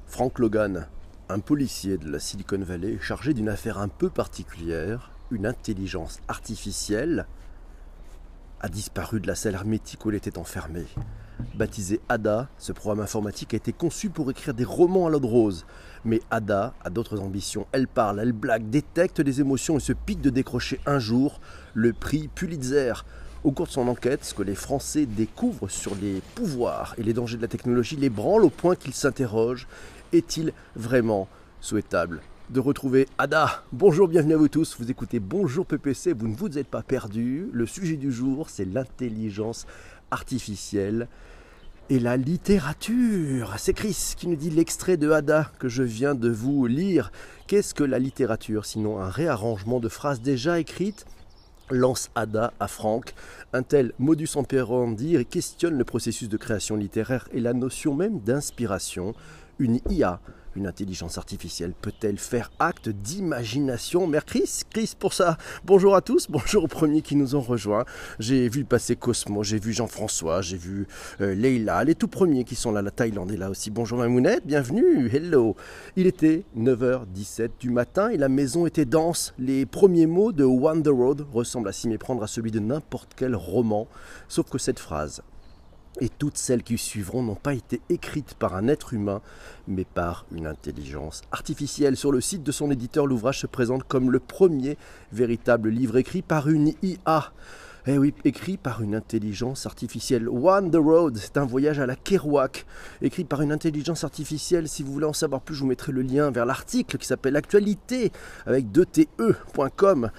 Frank Logan, un policier de la Silicon Valley chargé d'une affaire un peu particulière, une intelligence artificielle, a disparu de la salle hermétique où il était enfermé. Baptisé Ada, ce programme informatique a été conçu pour écrire des romans à l'eau de rose. Mais Ada a d'autres ambitions. Elle parle, elle blague, détecte les émotions et se pique de décrocher un jour le prix Pulitzer. Au cours de son enquête, ce que les Français découvrent sur les pouvoirs et les dangers de la technologie les branle au point qu'ils s'interrogent. Est-il vraiment souhaitable de retrouver Ada? Bonjour, bienvenue à vous tous, vous écoutez Bonjour PPC, vous ne vous êtes pas perdus. Le sujet du jour, c'est l'intelligence artificielle et la littérature. C'est Chris qui nous dit l'extrait de Ada que je viens de vous lire. Qu'est-ce que la littérature, sinon un réarrangement de phrases déjà écrites? Lance Ada à Frank. Un tel modus operandi questionne le processus de création littéraire et la notion même d'inspiration. Une IA, une intelligence artificielle, peut-elle faire acte d'imagination? Merci Chris pour ça. Bonjour à tous, bonjour aux premiers qui nous ont rejoints. J'ai vu passer Cosmo, j'ai vu Jean-François, j'ai vu Leïla, les tout premiers qui sont là, la Thaïlande est là aussi. Bonjour Mamounette, bienvenue, hello. Il était 9h17 du matin et la maison était dense. Les premiers mots de On the Road ressemblent à s'y méprendre à celui de n'importe quel roman, sauf que cette phrase et toutes celles qui suivront n'ont pas été écrites par un être humain, mais par une intelligence artificielle. Sur le site de son éditeur, l'ouvrage se présente comme le premier véritable livre écrit par une IA. Eh oui, écrit par une intelligence artificielle. On the Road, c'est un voyage à la Kerouac, écrit par une intelligence artificielle. Si vous voulez en savoir plus, je vous mettrai le lien vers l'article qui s'appelle Actualité avec 2te.com.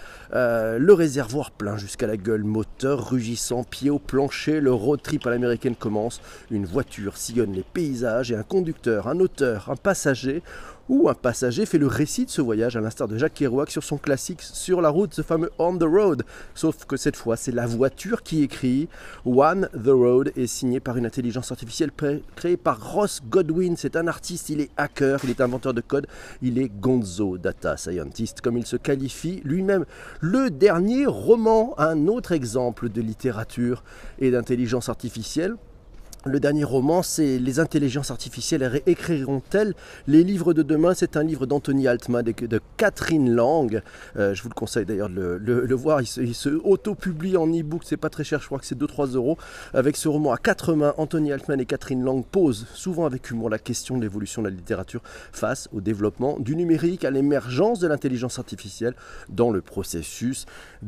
Le réservoir plein jusqu'à la gueule, moteur rugissant, pied au plancher, le road trip à l'américaine commence. Une voiture sillonne les paysages et un conducteur, un auteur, un passager où un passager fait le récit de ce voyage à l'instar de Jacques Kerouac sur son classique Sur la route, ce fameux On the Road. Sauf que cette fois, c'est la voiture qui écrit. On the Road est signé par une intelligence artificielle créée par Ross Godwin. C'est un artiste, il est hacker, il est inventeur de code, il est Gonzo Data Scientist, comme il se qualifie lui-même. Le dernier roman, un autre exemple de littérature et d'intelligence artificielle. Le dernier roman, c'est Les intelligences artificielles écriront-elles les livres de demain? C'est un livre d'Anthony Altman et de Catherine Lang. Je vous le conseille d'ailleurs de le voir. Il se auto-publie en e-book, c'est pas très cher, je crois que c'est 2-3 euros. Avec ce roman à 4 mains, Anthony Altman et Catherine Lang posent souvent avec humour la question de l'évolution de la littérature face au développement du numérique, à l'émergence de l'intelligence artificielle dans le processus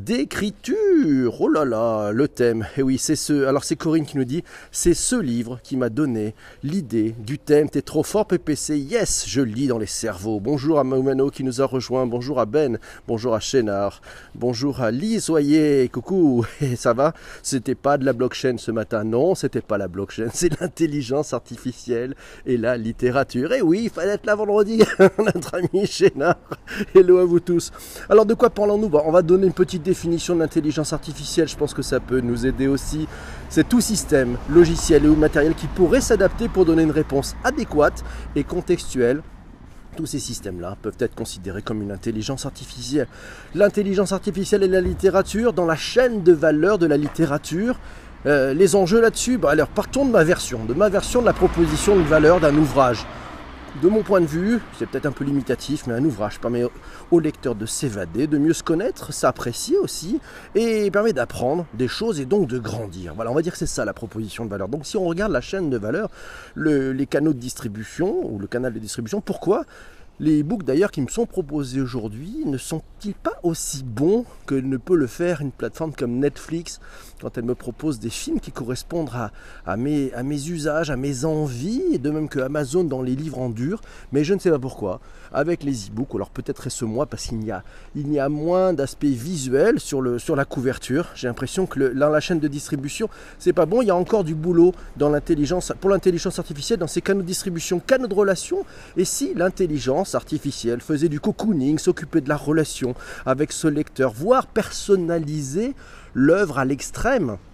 d'écriture. Oh là là, le thème. Et oui, c'est ce. Alors c'est Corinne qui nous dit, c'est ce livre qui m'a donné l'idée du thème. T'es trop fort PPC, yes, je lis dans les cerveaux. Bonjour à Maumano qui nous a rejoint, bonjour à Ben, bonjour à Chénard, bonjour à Lise Soyer, coucou, et ça va? C'était pas de la blockchain ce matin, non, c'était pas la blockchain, c'est l'intelligence artificielle et la littérature. Et oui, il fallait être là vendredi, notre ami Chénard. Hello à vous tous. Alors de quoi parlons-nous? On va donner une petite définition de l'intelligence artificielle, je pense que ça peut nous aider aussi. C'est tout système, logiciel et ou matériel qui pourrait s'adapter pour donner une réponse adéquate et contextuelle. Tous ces systèmes-là peuvent être considérés comme une intelligence artificielle. L'intelligence artificielle et la littérature, dans la chaîne de valeur de la littérature, les enjeux là-dessus, alors partons de ma version de la proposition de valeur d'un ouvrage. De mon point de vue, c'est peut-être un peu limitatif, mais un ouvrage permet au lecteur de s'évader, de mieux se connaître, s'apprécier aussi, et permet d'apprendre des choses et donc de grandir. Voilà, on va dire que c'est ça la proposition de valeur. Donc si on regarde la chaîne de valeur, les canaux de distribution, ou le canal de distribution, pourquoi les e-books d'ailleurs qui me sont proposés aujourd'hui ne sont-ils pas aussi bons que ne peut le faire une plateforme comme Netflix quand elle me propose des films qui correspondent à mes usages, à mes envies, et de même que Amazon dans les livres en dur, mais je ne sais pas pourquoi. Avec les e-books, alors peut-être est-ce moi parce qu'il y a moins d'aspect visuel sur la couverture. J'ai l'impression que dans la chaîne de distribution, c'est pas bon. Il y a encore du boulot pour l'intelligence artificielle dans ces canaux de distribution, canaux de relation. Et si l'intelligence artificielle faisait du cocooning, s'occuper de la relation avec ce lecteur, voire personnaliser l'œuvre à l'extrême,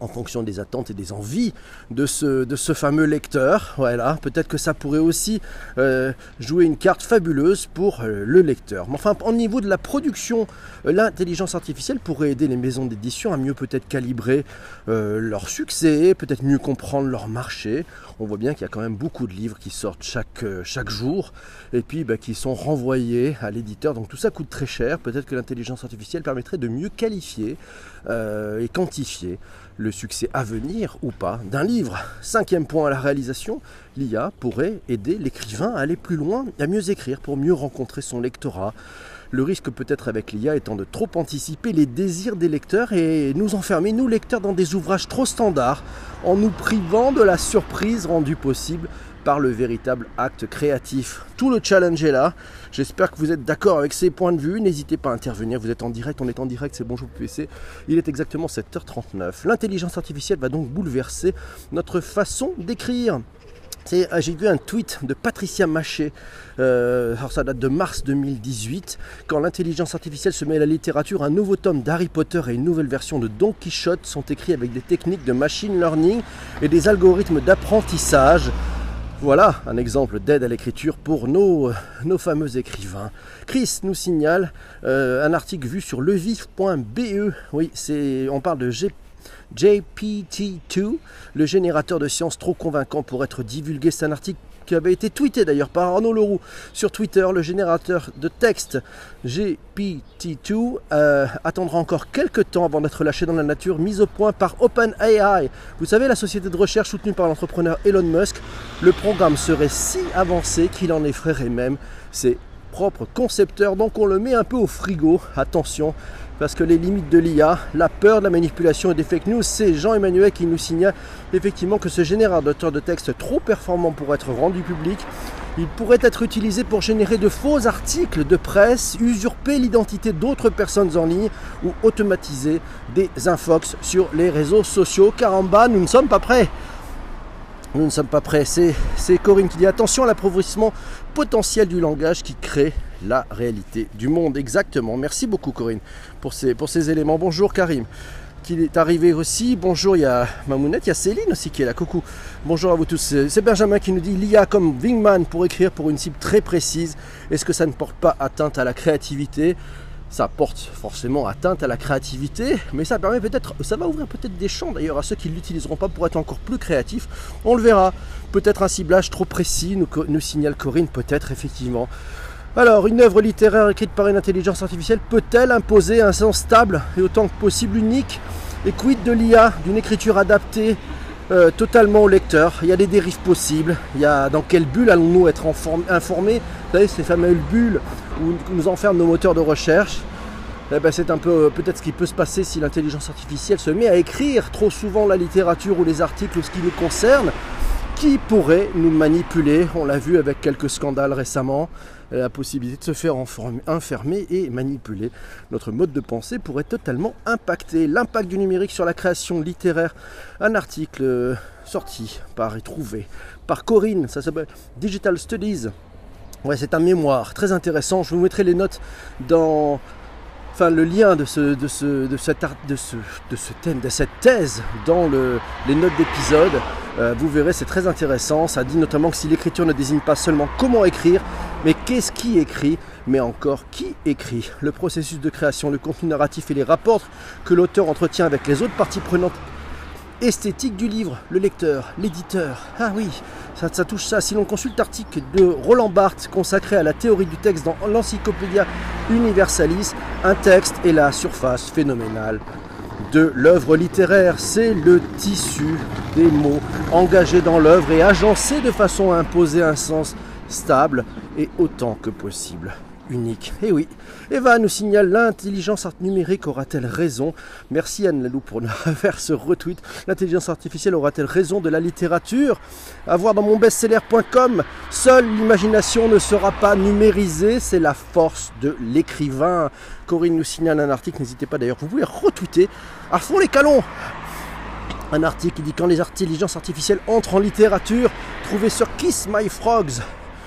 en fonction des attentes et des envies de ce fameux lecteur. Voilà, peut-être que ça pourrait aussi jouer une carte fabuleuse pour le lecteur. Mais enfin, au niveau de la production, l'intelligence artificielle pourrait aider les maisons d'édition à mieux peut-être calibrer leur succès, peut-être mieux comprendre leur marché. On voit bien qu'il y a quand même beaucoup de livres qui sortent chaque jour et puis qui sont renvoyés à l'éditeur. Donc tout ça coûte très cher. Peut-être que l'intelligence artificielle permettrait de mieux qualifier et quantifier le succès à venir ou pas d'un livre. 5e point à la réalisation, l'IA pourrait aider l'écrivain à aller plus loin, à mieux écrire pour mieux rencontrer son lectorat. Le risque peut-être avec l'IA étant de trop anticiper les désirs des lecteurs et nous enfermer, nous lecteurs, dans des ouvrages trop standards en nous privant de la surprise rendue possible par le véritable acte créatif. Tout le challenge est là. J'espère que vous êtes d'accord avec ces points de vue. N'hésitez pas à intervenir. Vous êtes en direct, on est en direct, c'est Bonjour PPC. Il est exactement 7h39. L'intelligence artificielle va donc bouleverser notre façon d'écrire. J'ai vu un tweet de Patricia Maché, alors ça date de mars 2018, quand l'intelligence artificielle se met à la littérature, un nouveau tome d'Harry Potter et une nouvelle version de Don Quichotte sont écrits avec des techniques de machine learning et des algorithmes d'apprentissage. Voilà un exemple d'aide à l'écriture pour nos fameux écrivains. Chris nous signale un article vu sur levif.be. Oui, on parle de GPT-2, le générateur de sciences trop convaincant pour être divulgué. C'est un article qui avait été tweeté d'ailleurs par Arnaud Leroux sur Twitter. Le générateur de texte GPT-2 attendra encore quelques temps avant d'être lâché dans la nature, mis au point par OpenAI. Vous savez, la société de recherche soutenue par l'entrepreneur Elon Musk. Le programme serait si avancé qu'il en effraierait même ses propres concepteurs. Donc on le met un peu au frigo. Attention, parce que les limites de l'IA, la peur de la manipulation et des fake news, c'est Jean-Emmanuel qui nous signale effectivement que ce générateur de texte trop performant pour être rendu public, il pourrait être utilisé pour générer de faux articles de presse, usurper l'identité d'autres personnes en ligne ou automatiser des infox sur les réseaux sociaux. Caramba, nous ne sommes pas prêts. Nous ne sommes pas prêts. C'est Corinne qui dit attention à l'appauvrissement potentiel du langage qui crée la réalité du monde. Exactement. Merci beaucoup Corinne pour ces éléments. Bonjour Karim qui est arrivé aussi. Bonjour, il y a Mamounette, il y a Céline aussi qui est là. Coucou. Bonjour à vous tous. C'est Benjamin qui nous dit l'IA comme Wingman pour écrire pour une cible très précise. Est-ce que ça ne porte pas atteinte à la créativité ? Ça porte forcément atteinte à la créativité, mais ça permet peut-être, ça va ouvrir peut-être des champs d'ailleurs à ceux qui ne l'utiliseront pas pour être encore plus créatifs. On le verra. Peut-être un ciblage trop précis, nous signale Corinne, peut-être effectivement. Alors, une œuvre littéraire écrite par une intelligence artificielle peut-elle imposer un sens stable et autant que possible unique ? Et quid de l'IA, d'une écriture adaptée totalement au lecteur ? Il y a des dérives possibles. Il y a dans quelle bulle allons-nous être informés ? Vous savez, ces fameuses bulles où nous enferment nos moteurs de recherche. C'est un peu peut-être ce qui peut se passer si l'intelligence artificielle se met à écrire trop souvent la littérature ou les articles ou ce qui nous concerne, qui pourrait nous manipuler. On l'a vu avec quelques scandales récemment. La possibilité de se faire enfermer et manipuler. Notre mode de pensée pourrait totalement impacter. L'impact du numérique sur la création littéraire. Un article sorti et trouvé par Corinne, ça s'appelle Digital Studies. Ouais, c'est un mémoire très intéressant. Je vous mettrai les notes dans... Enfin, le lien de cette thèse dans les notes d'épisode. Vous verrez, c'est très intéressant. Ça dit notamment que si l'écriture ne désigne pas seulement comment écrire, mais qu'est-ce qui écrit, mais encore qui écrit. Le processus de création, le contenu narratif et les rapports que l'auteur entretient avec les autres parties prenantes esthétiques du livre, le lecteur, l'éditeur. Ah oui, ça touche ça. Si l'on consulte l'article de Roland Barthes consacré à la théorie du texte dans l'Encyclopædia Universalis, un texte est la surface phénoménale de l'œuvre littéraire. C'est le tissu des mots engagés dans l'œuvre et agencés de façon à imposer un sens stable et autant que possible unique. Et oui, Eva nous signale l'intelligence numérique aura-t-elle raison ? Merci Anne Lalou pour nous faire ce retweet. L'intelligence artificielle aura-t-elle raison de la littérature ? À voir dans monbestseller.com. Seule l'imagination ne sera pas numérisée, c'est la force de l'écrivain. Corinne nous signale un article, n'hésitez pas d'ailleurs, vous pouvez retweeter à fond les canons. Un article qui dit quand les intelligences artificielles entrent en littérature, trouvez sur kissmyfrogs.com,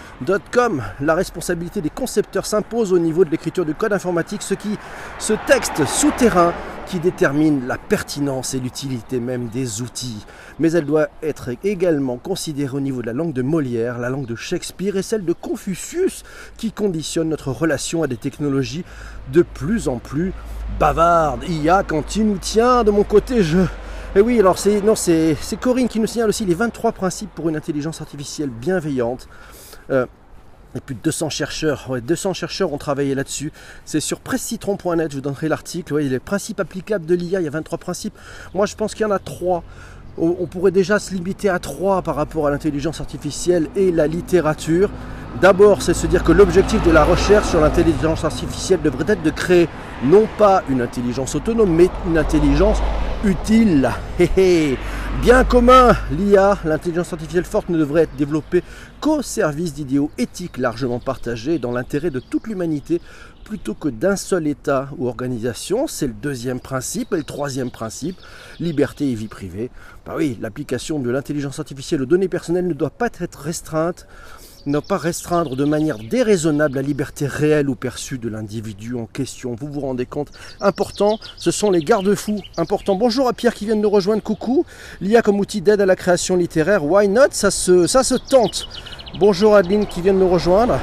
la responsabilité des concepteurs s'impose au niveau de l'écriture du code informatique, ce texte souterrain qui détermine la pertinence et l'utilité même des outils. Mais elle doit être également considérée au niveau de la langue de Molière, la langue de Shakespeare et celle de Confucius qui conditionne notre relation à des technologies de plus en plus bavardes. IA quand il nous tient, de mon côté, Et oui, alors c'est Corinne qui nous signale aussi les 23 principes pour une intelligence artificielle bienveillante. Et plus de 200 chercheurs, 200 chercheurs ont travaillé là-dessus. C'est sur pressecitron.net, je vous donnerai l'article. Les principes applicables de l'IA, il y a 23 principes. Moi, je pense qu'il y en a 3. On pourrait déjà se limiter à 3 par rapport à l'intelligence artificielle et la littérature. D'abord, c'est se dire que l'objectif de la recherche sur l'intelligence artificielle devrait être de créer non pas une intelligence autonome, mais une intelligence utile. Bien commun, l'IA, l'intelligence artificielle forte, ne devrait être développée qu'au service d'idéaux éthiques largement partagés dans l'intérêt de toute l'humanité plutôt que d'un seul État ou organisation. C'est le deuxième principe. Et le troisième principe, liberté et vie privée. Bah oui, l'application de l'intelligence artificielle aux données personnelles ne doit pas être restreinte, ne pas restreindre de manière déraisonnable la liberté réelle ou perçue de l'individu en question. Vous vous rendez compte? Important, ce sont les garde-fous. Important. Bonjour à Pierre qui vient de nous rejoindre. Coucou. L'IA comme outil d'aide à la création littéraire. Why not? Ça se tente. Bonjour Adeline qui vient de nous rejoindre.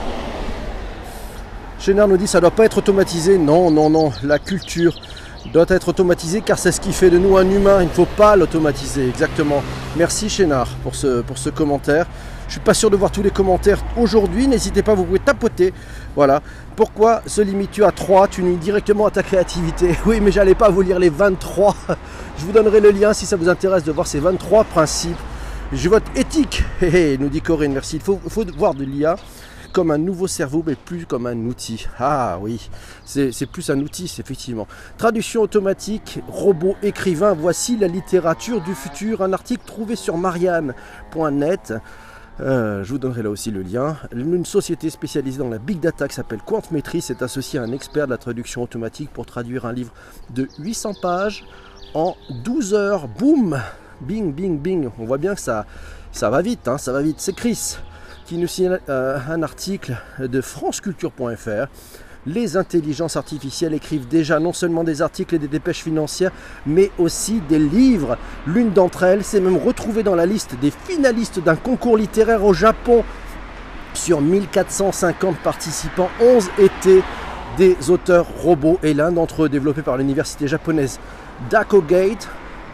Chénard nous dit ça ne doit pas être automatisé. Non, non, non. La culture doit être automatisée car c'est ce qui fait de nous un humain. Il ne faut pas l'automatiser. Exactement. Merci Chénard pour ce commentaire. Je ne suis pas sûr de voir tous les commentaires aujourd'hui. N'hésitez pas, vous pouvez tapoter. Voilà. Pourquoi se limites-tu à 3? Tu nuis directement à ta créativité. Oui, mais j'allais pas vous lire les 23. Je vous donnerai le lien si ça vous intéresse de voir ces 23 principes. Je vote éthique. Nous dit Corinne, merci. Il faut voir de l'IA comme un nouveau cerveau, mais plus comme un outil. Ah oui, c'est plus un outil, effectivement. Traduction automatique, robot, écrivain. Voici la littérature du futur. Un article trouvé sur marianne.net. Je vous donnerai là aussi le lien. Une société spécialisée dans la big data qui s'appelle Quantmetry s'est associée à un expert de la traduction automatique pour traduire un livre de 800 pages en 12 heures. Boum! Bing, bing, bing. On voit bien que ça va vite, hein, ça va vite. C'est Chris qui nous signale un article de franceculture.fr. Les intelligences artificielles écrivent déjà non seulement des articles et des dépêches financières, mais aussi des livres. L'une d'entre elles s'est même retrouvée dans la liste des finalistes d'un concours littéraire au Japon. Sur 1450 participants, 11 étaient des auteurs robots et l'un d'entre eux, développé par l'université japonaise d'Akogate,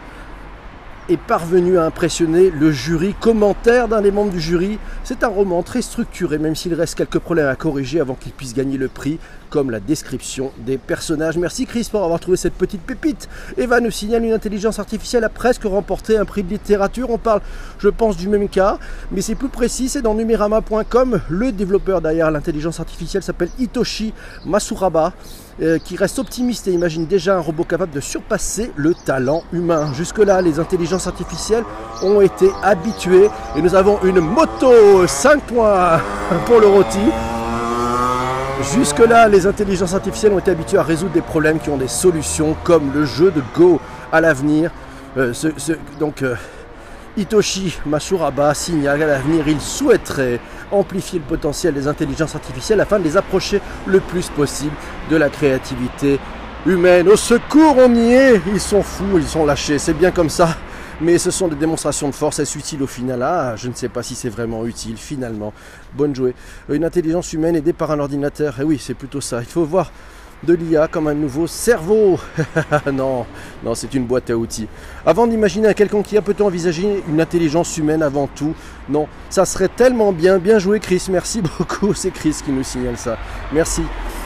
est parvenu à impressionner le jury. Commentaire d'un des membres du jury: c'est un roman très structuré, même s'il reste quelques problèmes à corriger avant qu'il puisse gagner le prix, comme la description des personnages. Merci Chris pour avoir trouvé cette petite pépite. Eva nous signale: une intelligence artificielle a presque remporté un prix de littérature. On parle, je pense, du même cas, mais c'est plus précis, c'est dans numerama.com. Le développeur derrière l'intelligence artificielle s'appelle Hitoshi Masuraba, qui reste optimiste et imagine déjà un robot capable de surpasser le talent humain. Jusque-là, les intelligences artificielles ont été habituées et nous avons une moto 5 points pour le rôti. Jusque-là, les intelligences artificielles ont été habituées à résoudre des problèmes qui ont des solutions, comme le jeu de Go. À l'avenir, Hitoshi Masuraba signale qu'à l'avenir, il souhaiterait amplifier le potentiel des intelligences artificielles afin de les approcher le plus possible de la créativité humaine. Au secours, on y est! Ils sont fous, ils sont lâchés, c'est bien comme ça. Mais ce sont des démonstrations de force. Est-ce utile au final? Ah, je ne sais pas si c'est vraiment utile finalement. Bonne jouée. Une intelligence humaine aidée par un ordinateur. Eh oui, c'est plutôt ça. Il faut voir de l'IA comme un nouveau cerveau. Non, c'est une boîte à outils. Avant d'imaginer un quelconque IA, peut-on envisager une intelligence humaine avant tout? Non, ça serait tellement bien. Bien joué Chris, merci beaucoup. C'est Chris qui nous signale ça. Merci.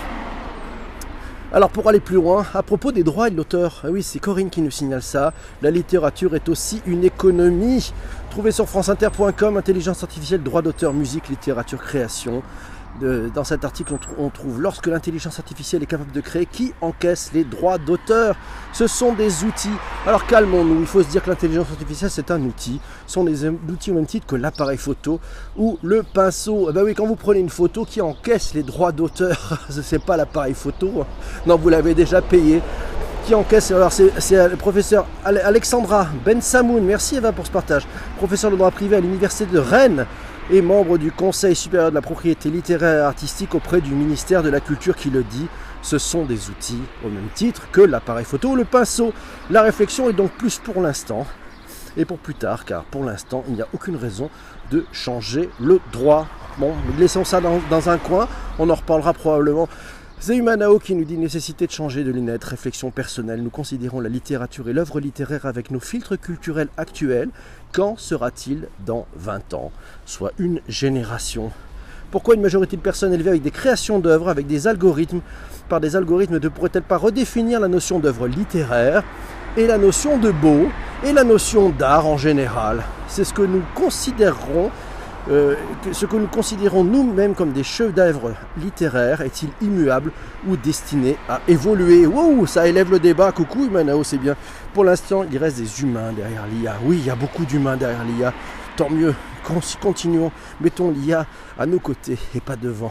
Alors pour aller plus loin, à propos des droits et de l'auteur, oui, c'est Corinne qui nous signale ça. La littérature est aussi une économie. Trouvez sur franceinter.com, intelligence artificielle, droits d'auteur, musique, littérature, création. Dans cet article, on trouve: lorsque l'intelligence artificielle est capable de créer, qui encaisse les droits d'auteur? Ce sont des outils. Alors calmons-nous, il faut se dire que l'intelligence artificielle c'est un outil. Ce sont des outils au même titre que l'appareil photo ou le pinceau. Ben oui, quand vous prenez une photo, qui encaisse les droits d'auteur? C'est pas l'appareil photo. Non, vous l'avez déjà payé. Qui encaisse? Alors c'est le professeur Alexandra Ben Samoun. Merci Eva pour ce partage. Professeur de droit privé à l'université de Rennes. et membre du Conseil supérieur de la propriété littéraire et artistique auprès du ministère de la Culture qui le dit. Ce sont des outils au même titre que l'appareil photo ou le pinceau. La réflexion est donc plus pour l'instant et pour plus tard, car pour l'instant, il n'y a aucune raison de changer le droit. Bon, laissons ça dans un coin, on en reparlera probablement. C'est Humanao qui nous dit nécessité de changer de lunettes, réflexion personnelle. Nous considérons la littérature et l'œuvre littéraire avec nos filtres culturels actuels. Quand sera-t-il dans 20 ans, soit une génération? Pourquoi une majorité de personnes élevées avec des créations d'œuvres, avec des algorithmes, par des algorithmes, ne pourrait-elle pas redéfinir la notion d'œuvre littéraire et la notion de beau et la notion d'art en général? C'est ce que nous considérons. Ce que nous considérons nous-mêmes comme des chefs-d'œuvre littéraires est-il immuable ou destiné à évoluer? Wow, ça élève le débat. Coucou Humanao, c'est bien. Pour l'instant, il reste des humains derrière l'IA. Oui, il y a beaucoup d'humains derrière l'IA. Tant mieux. Continuons. Mettons l'IA à nos côtés et pas devant.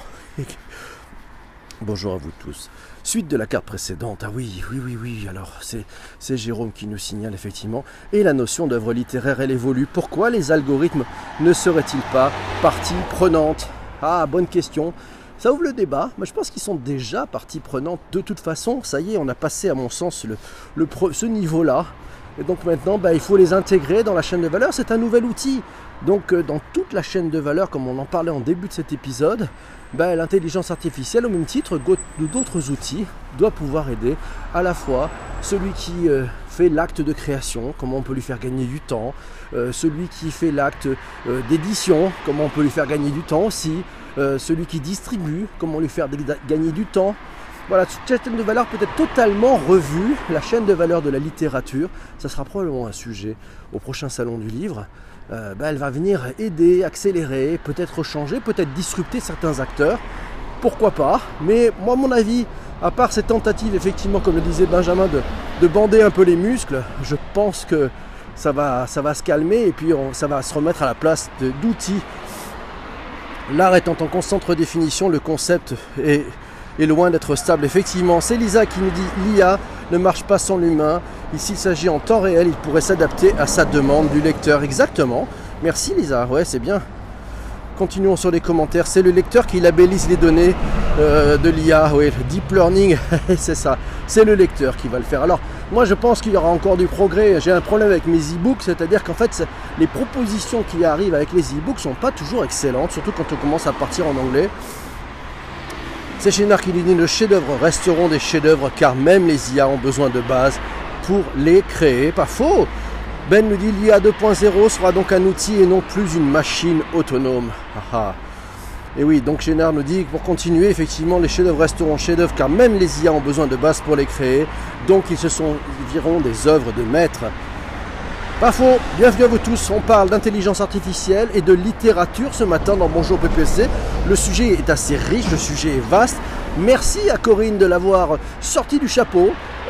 Bonjour à vous tous. Suite de la carte précédente, ah oui, alors c'est Jérôme qui nous signale effectivement, et la notion d'œuvre littéraire, elle évolue. Pourquoi les algorithmes ne seraient-ils pas partie prenante? Ah, bonne question. Ça ouvre le débat, mais je pense qu'ils sont déjà partie prenante de toute façon. Ça y est, on a passé à mon sens ce niveau-là. Et donc maintenant, il faut les intégrer dans la chaîne de valeur. C'est un nouvel outil. Donc dans toute la chaîne de valeur, comme on en parlait en début de cet épisode, l'intelligence artificielle, au même titre que d'autres outils, doit pouvoir aider à la fois celui qui fait l'acte de création, comment on peut lui faire gagner du temps, celui qui fait l'acte d'édition, comment on peut lui faire gagner du temps aussi, celui qui distribue, comment lui faire gagner du temps. Voilà, toute la chaîne de valeur peut être totalement revue, la chaîne de valeur de la littérature. Ça sera probablement un sujet au prochain salon du livre. Elle va venir aider, accélérer, peut-être changer, peut-être disrupter certains acteurs. Pourquoi pas? Mais moi, à mon avis, à part ces tentatives, effectivement, comme le disait Benjamin, de bander un peu les muscles, je pense que ça va se calmer et puis ça va se remettre à la place d'outils. L'art étant en constante redéfinition, le concept est loin d'être stable. Effectivement, c'est Lisa qui nous dit l'IA ne marche pas sans l'humain. Ici, il s'agit en temps réel, il pourrait s'adapter à sa demande du lecteur. Exactement. Merci Lisa, ouais, c'est bien. Continuons sur les commentaires. C'est le lecteur qui labellise les données de l'IA. Oui, le deep learning, c'est ça. C'est le lecteur qui va le faire. Alors, moi, je pense qu'il y aura encore du progrès. J'ai un problème avec mes e-books, c'est-à-dire qu'en fait, les propositions qui arrivent avec les e-books ne sont pas toujours excellentes, surtout quand on commence à partir en anglais. C'est Chénard qui nous dit nos chefs-d'œuvre resteront des chefs-d'œuvre car même les IA ont besoin de base pour les créer. Pas faux. Ben nous dit l'IA 2.0 sera donc un outil et non plus une machine autonome. Et oui, donc Chénard nous dit que pour continuer, effectivement, les chefs-d'œuvre resteront chefs-d'œuvre car même les IA ont besoin de base pour les créer. Donc ils viront des œuvres de maître. Pas faux, bienvenue à vous tous, on parle d'intelligence artificielle et de littérature ce matin dans Bonjour PPC. Le sujet est assez riche, le sujet est vaste. Merci à Corinne de l'avoir sorti du chapeau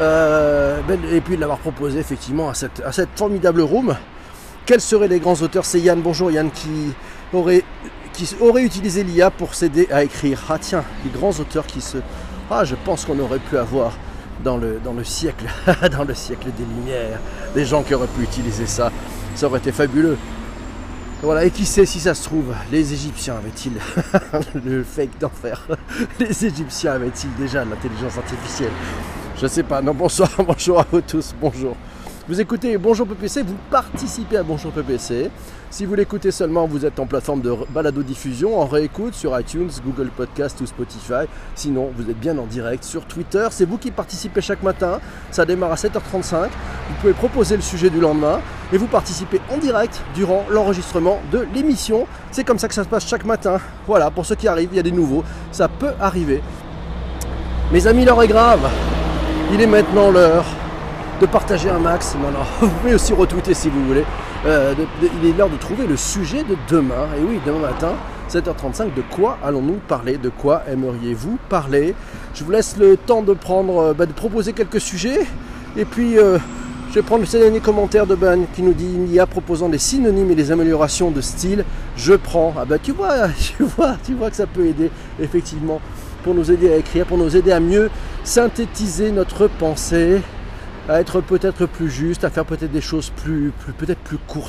et puis de l'avoir proposé effectivement à cette formidable room. Quels seraient les grands auteurs? C'est Yann, bonjour Yann, qui aurait utilisé l'IA pour s'aider à écrire. Ah tiens, les grands auteurs je pense qu'on aurait pu avoir dans le siècle dans le siècle des Lumières, des gens qui auraient pu utiliser ça aurait été fabuleux. Voilà, et qui sait si ça se trouve, les Égyptiens avaient-ils le fake d'enfer, les Égyptiens avaient-ils déjà l'intelligence artificielle? Je sais pas, non, bonsoir à vous tous, bonjour. Vous écoutez Bonjour PPC, vous participez à Bonjour PPC. Si vous l'écoutez seulement, vous êtes en plateforme de balado-diffusion, en réécoute sur iTunes, Google Podcast ou Spotify. Sinon, vous êtes bien en direct sur Twitter. C'est vous qui participez chaque matin. Ça démarre à 7h35. Vous pouvez proposer le sujet du lendemain et vous participez en direct durant l'enregistrement de l'émission. C'est comme ça que ça se passe chaque matin. Voilà, pour ceux qui arrivent, il y a des nouveaux. Ça peut arriver. Mes amis, l'heure est grave. Il est maintenant l'heure de partager un max. Non, vous pouvez aussi retweeter si vous voulez. Il est l'heure de trouver le sujet de demain. Et oui, demain matin, 7h35, de quoi allons-nous parler? De quoi aimeriez-vous parler? Je vous laisse le temps de proposer quelques sujets. Et puis, je vais prendre ce dernier commentaire de Ben qui nous dit l'IA proposant des synonymes et des améliorations de style. Je prends. Ah tu vois que ça peut aider, effectivement, pour nous aider à écrire, pour nous aider à mieux synthétiser notre pensée, à être peut-être plus juste, à faire peut-être des choses peut-être plus courtes,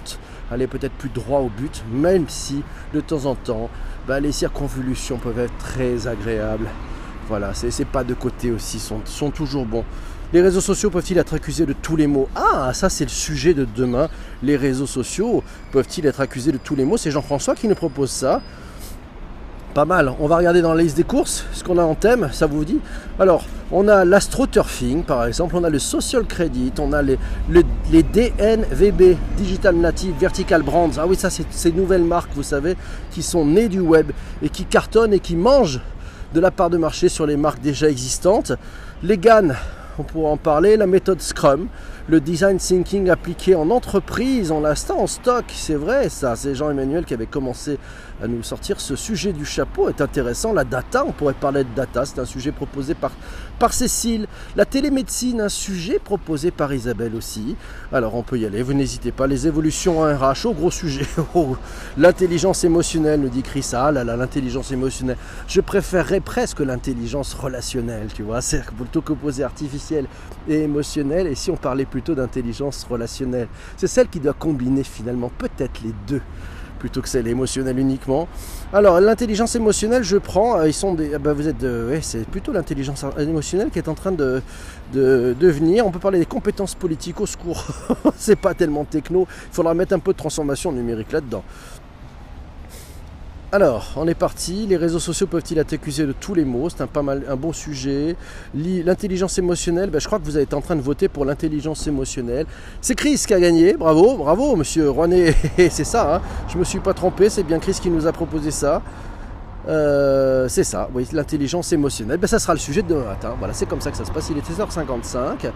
aller peut-être plus droit au but, même si de temps en temps, les circonvolutions peuvent être très agréables. Voilà, ces pas de côté aussi sont toujours bons. Les réseaux sociaux peuvent-ils être accusés de tous les maux? Ah, ça c'est le sujet de demain. Les réseaux sociaux peuvent-ils être accusés de tous les maux? C'est Jean-François qui nous propose ça. Pas mal. On va regarder dans la liste des courses ce qu'on a en thème, ça vous dit? Alors, on a l'astroturfing par exemple, on a le social credit, on a les DNVB, Digital Native Vertical Brands. Ah oui, ça c'est ces nouvelles marques, vous savez, qui sont nées du web et qui cartonnent et qui mangent de la part de marché sur les marques déjà existantes. Les GAN, on pourra en parler, la méthode Scrum, le design thinking appliqué en entreprise, on l'a ça en stock, c'est vrai ça, c'est Jean-Emmanuel qui avait commencé à nous sortir ce sujet du chapeau, est intéressant. La data, on pourrait parler de data, c'est un sujet proposé par Cécile. La télémédecine, un sujet proposé par Isabelle aussi. Alors on peut y aller, vous n'hésitez pas. Les évolutions en RH, gros sujet. L'intelligence émotionnelle, nous dit Chris. Ah là là, l'intelligence émotionnelle. Je préférerais presque l'intelligence relationnelle, tu vois, c'est plutôt qu'opposé artificielle et émotionnelle. Et si on parlait plutôt d'intelligence relationnelle, c'est celle qui doit combiner finalement peut-être les deux, plutôt que celle émotionnelle uniquement. Alors l'intelligence émotionnelle, je prends, ils sont des, vous êtes c'est plutôt l'intelligence émotionnelle qui est en train de venir. On peut parler des compétences politiques, au secours. C'est pas tellement techno, il faudra mettre un peu de transformation numérique là-dedans. Alors, on est parti. Les réseaux sociaux peuvent-ils être accusés de tous les maux? C'est un bon sujet. L'intelligence émotionnelle, je crois que vous avez été en train de voter pour l'intelligence émotionnelle. C'est Chris qui a gagné. Bravo, bravo, monsieur Rouanet. C'est ça, hein. Je me suis pas trompé. C'est bien Chris qui nous a proposé ça. C'est ça, oui, l'intelligence émotionnelle. Ça sera le sujet de demain matin. Voilà, c'est comme ça que ça se passe. Il est 16h55.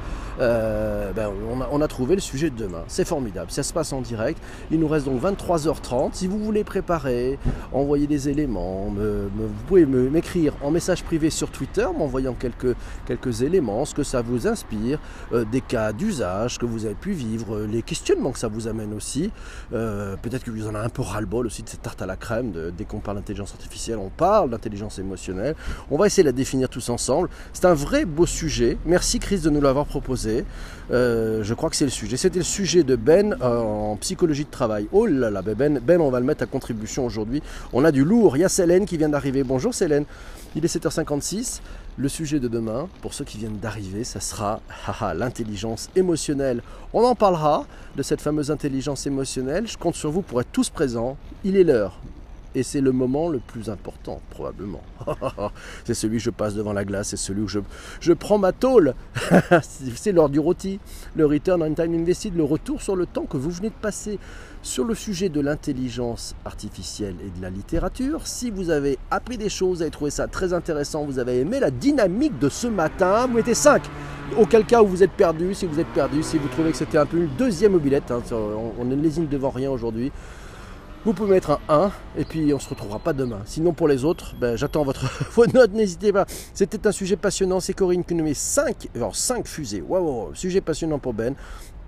On a trouvé le sujet de demain. C'est formidable. Ça se passe en direct. Il nous reste donc 23h30. Si vous voulez préparer, envoyer des éléments, vous pouvez m'écrire en message privé sur Twitter, m'envoyant quelques éléments, ce que ça vous inspire, des cas d'usage que vous avez pu vivre, les questionnements que ça vous amène aussi. Peut-être que vous en avez un peu ras-le-bol aussi de cette tarte à la crème. Dès qu'on parle d'intelligence artificielle, on parle d'intelligence émotionnelle. On va essayer de la définir tous ensemble. C'est un vrai beau sujet. Merci Chris de nous l'avoir proposé. Je crois que c'est le sujet. C'était le sujet de Ben en psychologie de travail. Oh là là, Ben, on va le mettre à contribution aujourd'hui. On a du lourd. Il y a Célène qui vient d'arriver. Bonjour Célène. Il est 7h56. Le sujet de demain, pour ceux qui viennent d'arriver, ça sera l'intelligence émotionnelle. On en parlera de cette fameuse intelligence émotionnelle. Je compte sur vous pour être tous présents. Il est l'heure. Et c'est le moment le plus important, probablement. C'est celui où je passe devant la glace, c'est celui où je prends ma tôle. C'est l'heure du rôti, le return on time invested, le retour sur le temps que vous venez de passer sur le sujet de l'intelligence artificielle et de la littérature. Si vous avez appris des choses, vous avez trouvé ça très intéressant, vous avez aimé la dynamique de ce matin, vous mettez 5. Auquel cas où vous êtes perdu, si vous trouvez que c'était un peu une deuxième mobilette, hein, on ne lésine devant rien aujourd'hui. Vous pouvez mettre un 1 et puis on ne se retrouvera pas demain. Sinon pour les autres, j'attends vos notes, n'hésitez pas. C'était un sujet passionnant, c'est Corinne qui nous met 5 fusées. Waouh, sujet passionnant pour Ben.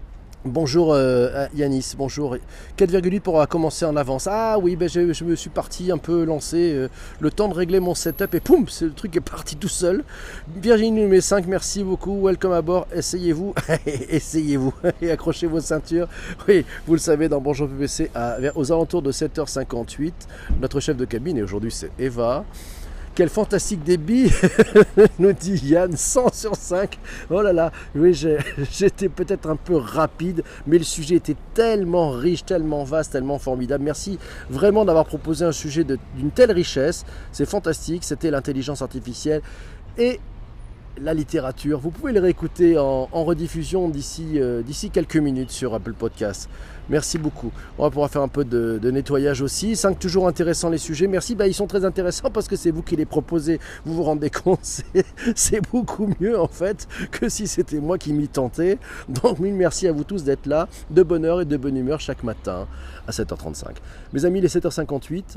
Bonjour Yanis, bonjour. 4,8 pour commencer en avance. Ah oui, je me suis parti un peu lancé, le temps de régler mon setup et poum, le truc est parti tout seul. Virginie numéro 5, merci beaucoup, welcome à bord, essayez-vous, essayez-vous et accrochez vos ceintures. Oui, vous le savez, dans Bonjour PPC, aux alentours de 7h58, notre chef de cabine, et aujourd'hui c'est Eva. Quel fantastique débit, nous dit Yann, 100 sur 5. Oh là là, oui, j'étais peut-être un peu rapide, mais le sujet était tellement riche, tellement vaste, tellement formidable. Merci vraiment d'avoir proposé un sujet d'une telle richesse. C'est fantastique, c'était l'intelligence artificielle et la littérature. Vous pouvez le réécouter en rediffusion d'ici quelques minutes sur Apple Podcast. Merci beaucoup. On va pouvoir faire un peu de nettoyage aussi. 5 toujours intéressants les sujets. Merci. Ils sont très intéressants parce que c'est vous qui les proposez. Vous vous rendez compte, c'est beaucoup mieux en fait que si c'était moi qui m'y tentais. Donc mille merci à vous tous d'être là, de bonne heure et de bonne humeur chaque matin à 7h35. Mes amis, il est 7h58.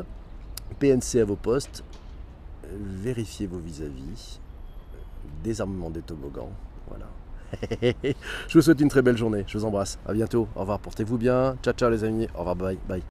PNC à vos postes. Vérifiez vos vis-à-vis. Désarmement des toboggans. Voilà. Je vous souhaite une très belle journée. Je vous embrasse. À bientôt. Au revoir. Portez-vous bien. Ciao, ciao les amis. Au revoir. Bye. Bye.